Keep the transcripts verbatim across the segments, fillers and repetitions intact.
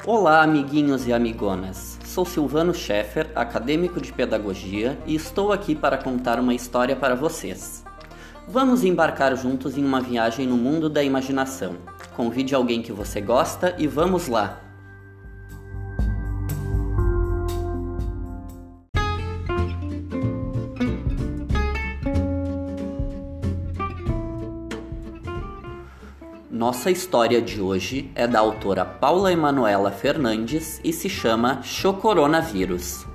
Olá, amiguinhos e amigonas. Sou Silvano Scheffer, acadêmico de pedagogia, e estou aqui para contar uma história para vocês. Vamos embarcar juntos em uma viagem no mundo da imaginação. Convide alguém que você gosta e vamos lá! Nossa história de hoje é da autora Paula Emanuela Fernandes e se chama Chocoronavírus.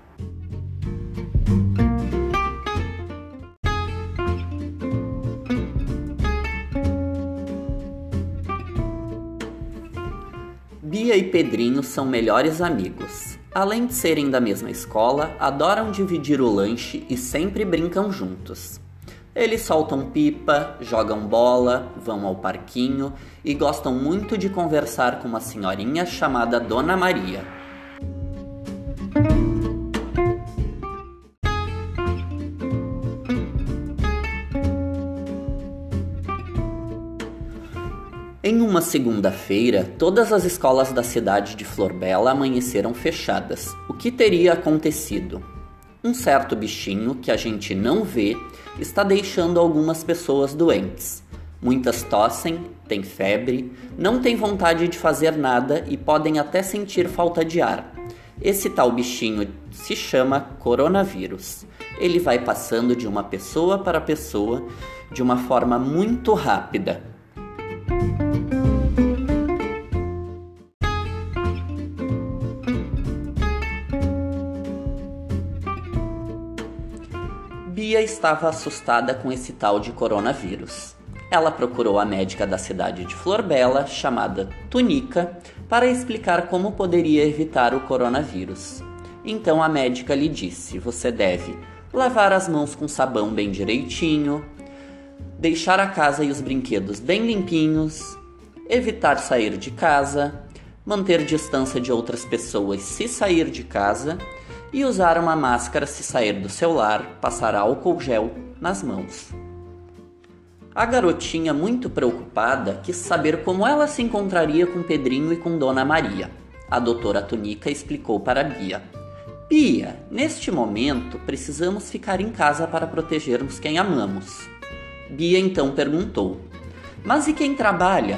Bia e Pedrinho são melhores amigos. Além de serem da mesma escola, adoram dividir o lanche e sempre brincam juntos. Eles soltam pipa, jogam bola, vão ao parquinho e gostam muito de conversar com uma senhorinha chamada Dona Maria. Em uma segunda-feira, todas as escolas da cidade de Florbela amanheceram fechadas. O que teria acontecido? Um certo bichinho que a gente não vê está deixando algumas pessoas doentes. Muitas tossem, têm febre, não têm vontade de fazer nada e podem até sentir falta de ar. Esse tal bichinho se chama coronavírus. Ele vai passando de uma pessoa para pessoa de uma forma muito rápida. Bia estava assustada com esse tal de coronavírus. Ela procurou a médica da cidade de Florbela, chamada Tunica, para explicar como poderia evitar o coronavírus. Então a médica lhe disse: você deve lavar as mãos com sabão bem direitinho, deixar a casa e os brinquedos bem limpinhos, evitar sair de casa, manter distância de outras pessoas se sair de casa e usar uma máscara se sair do seu lar, passar álcool gel nas mãos. A garotinha, muito preocupada, quis saber como ela se encontraria com Pedrinho e com Dona Maria. A doutora Tunica explicou para Bia: Bia, neste momento precisamos ficar em casa para protegermos quem amamos. Bia então perguntou: mas e quem trabalha?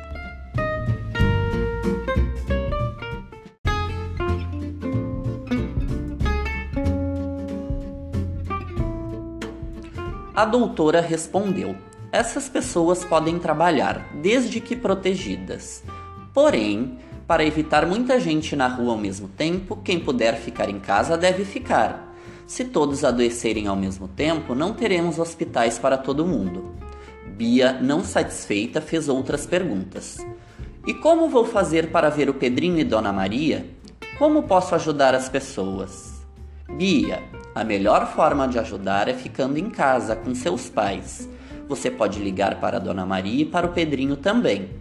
A doutora respondeu: essas pessoas podem trabalhar, desde que protegidas. Porém, para evitar muita gente na rua ao mesmo tempo, quem puder ficar em casa deve ficar. Se todos adoecerem ao mesmo tempo, não teremos hospitais para todo mundo. Bia, não satisfeita, fez outras perguntas. E como vou fazer para ver o Pedrinho e Dona Maria? Como posso ajudar as pessoas? Bia, a melhor forma de ajudar é ficando em casa com seus pais. Você pode ligar para a Dona Maria e para o Pedrinho também.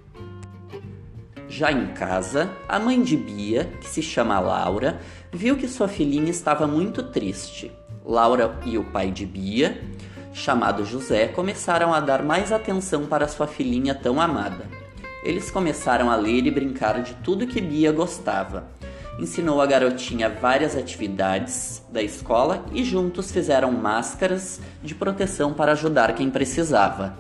Já em casa, a mãe de Bia, que se chama Laura, viu que sua filhinha estava muito triste. Laura e o pai de Bia, chamado José, começaram a dar mais atenção para sua filhinha tão amada. Eles começaram a ler e brincar de tudo que Bia gostava. Ensinou a garotinha várias atividades da escola e juntos fizeram máscaras de proteção para ajudar quem precisava.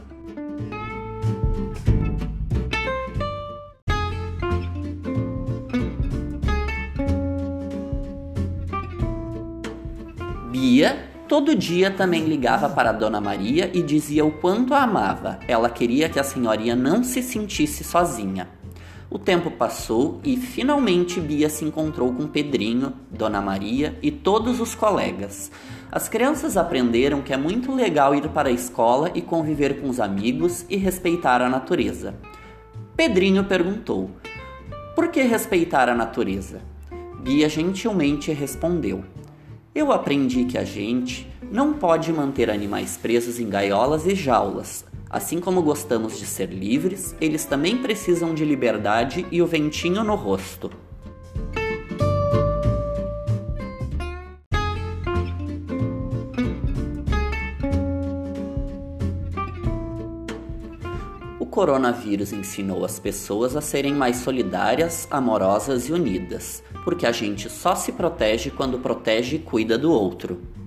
Bia todo dia também ligava para a Dona Maria e dizia o quanto a amava. Ela queria que a senhorinha não se sentisse sozinha. O tempo passou e finalmente Bia se encontrou com Pedrinho, Dona Maria e todos os colegas. As crianças aprenderam que é muito legal ir para a escola e conviver com os amigos e respeitar a natureza. Pedrinho perguntou: por que respeitar a natureza? Bia gentilmente respondeu: eu aprendi que a gente não pode manter animais presos em gaiolas e jaulas. Assim como gostamos de ser livres, eles também precisam de liberdade e o ventinho no rosto. O coronavírus ensinou as pessoas a serem mais solidárias, amorosas e unidas, porque a gente só se protege quando protege e cuida do outro.